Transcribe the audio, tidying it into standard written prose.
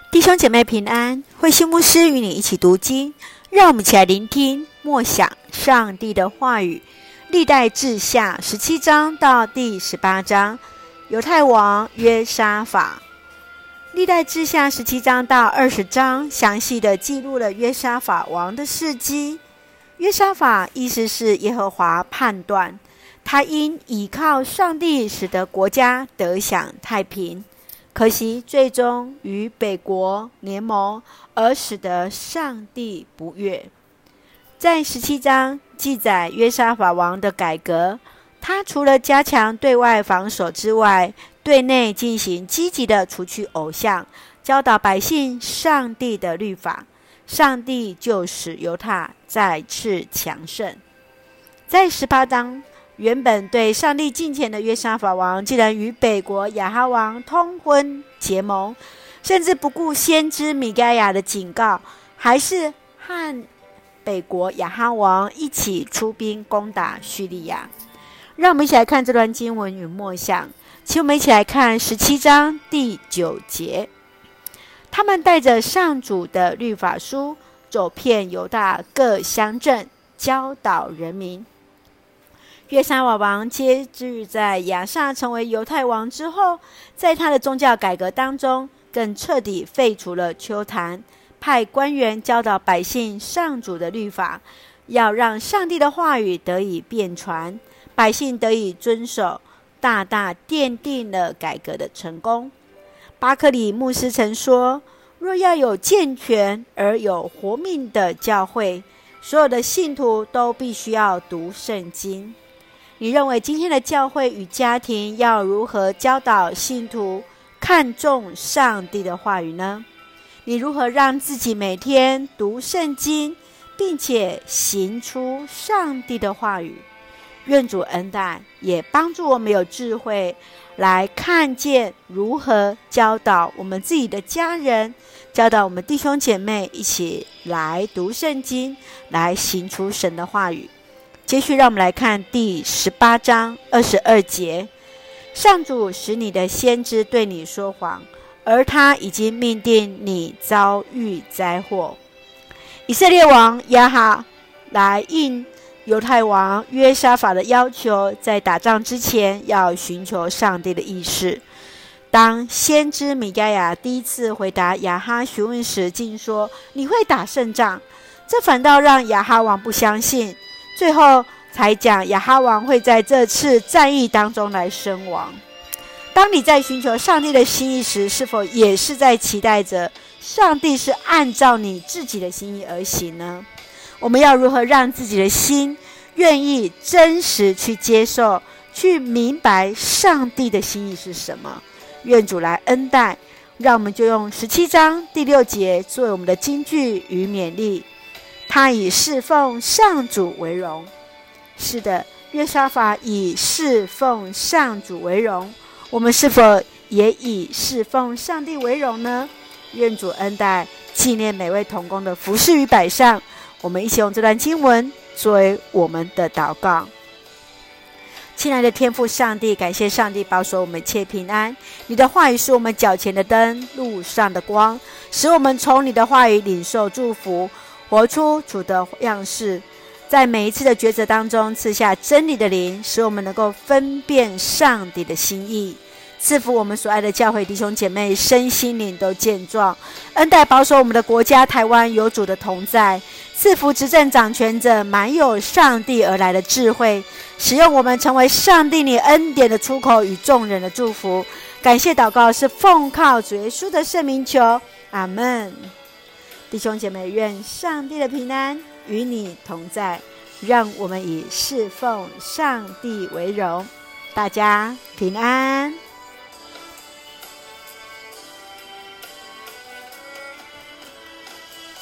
弟兄姐妹平安，慧馨牧师与你一起读经，让我们一起来聆听默想上帝的话语。历代志下17章到第18章，犹太王约沙法。历代志下17章到20章详细的记录了约沙法王的事迹。约沙法意思是耶和华判断，他因倚靠上帝使得国家得享太平，可惜最终与北国联盟，而使得上帝不悦。在17章记载约沙法王的改革，他除了加强对外防守之外，对内进行积极的除去偶像，教导百姓上帝的律法，上帝就使犹大再次强盛。在18章，原本对上帝敬虔的约沙法王，竟然与北国亚哈王通婚结盟，甚至不顾先知米该亚的警告，还是和北国亚哈王一起出兵攻打叙利亚。让我们一起来看这段经文与默想，请我们一起来看17章第9节。他们带着上主的律法书，走遍犹大各乡镇，教导人民。约沙法王接续在亚萨成为犹太王之后，在他的宗教改革当中，更彻底废除了邱坛，派官员教导百姓上主的律法，要让上帝的话语得以遍传，百姓得以遵守，大大奠定了改革的成功。巴克里牧师曾说，若要有健全而有活命的教会，所有的信徒都必须要读圣经。你认为今天的教会与家庭要如何教导信徒看重上帝的话语呢？你如何让自己每天读圣经，并且行出上帝的话语？愿主恩待，也帮助我们有智慧来看见如何教导我们自己的家人，教导我们弟兄姐妹一起来读圣经，来行出神的话语。接续让我们来看第18章22节。上主使你的先知对你说谎，而他已经命定你遭遇灾祸。以色列王亚哈来应犹太王约沙法的要求，在打仗之前要寻求上帝的意思。当先知米该亚第一次回答亚哈询问时，竟说你会打胜仗，这反倒让亚哈王不相信，最后才讲亚哈王会在这次战役当中来身亡。当你在寻求上帝的心意时，是否也是在期待着上帝是按照你自己的心意而行呢？我们要如何让自己的心愿意真实去接受，去明白上帝的心意是什么？愿主来恩待，让我们就用17章第6节作为我们的金句与勉励。他以侍奉上主为荣。是的，约沙法以侍奉上主为荣，我们是否也以侍奉上帝为荣呢？愿主恩待，纪念每位同工的服事与摆上。我们一起用这段经文作为我们的祷告。亲爱的天父上帝，感谢上帝保守我们一切平安。你的话语是我们脚前的灯，路上的光，使我们从你的话语领受祝福，活出主的样式。在每一次的抉择当中，赐下真理的灵，使我们能够分辨上帝的心意。赐福我们所爱的教会弟兄姐妹身心灵都健壮，恩待保守我们的国家台湾有主的同在。赐福执政掌权者满有上帝而来的智慧，使用我们成为上帝你恩典的出口与众人的祝福。感谢祷告是奉靠主耶稣的圣名求，阿们。弟兄姐妹，愿上帝的平安与你同在，让我们以侍奉上帝为荣。大家平安。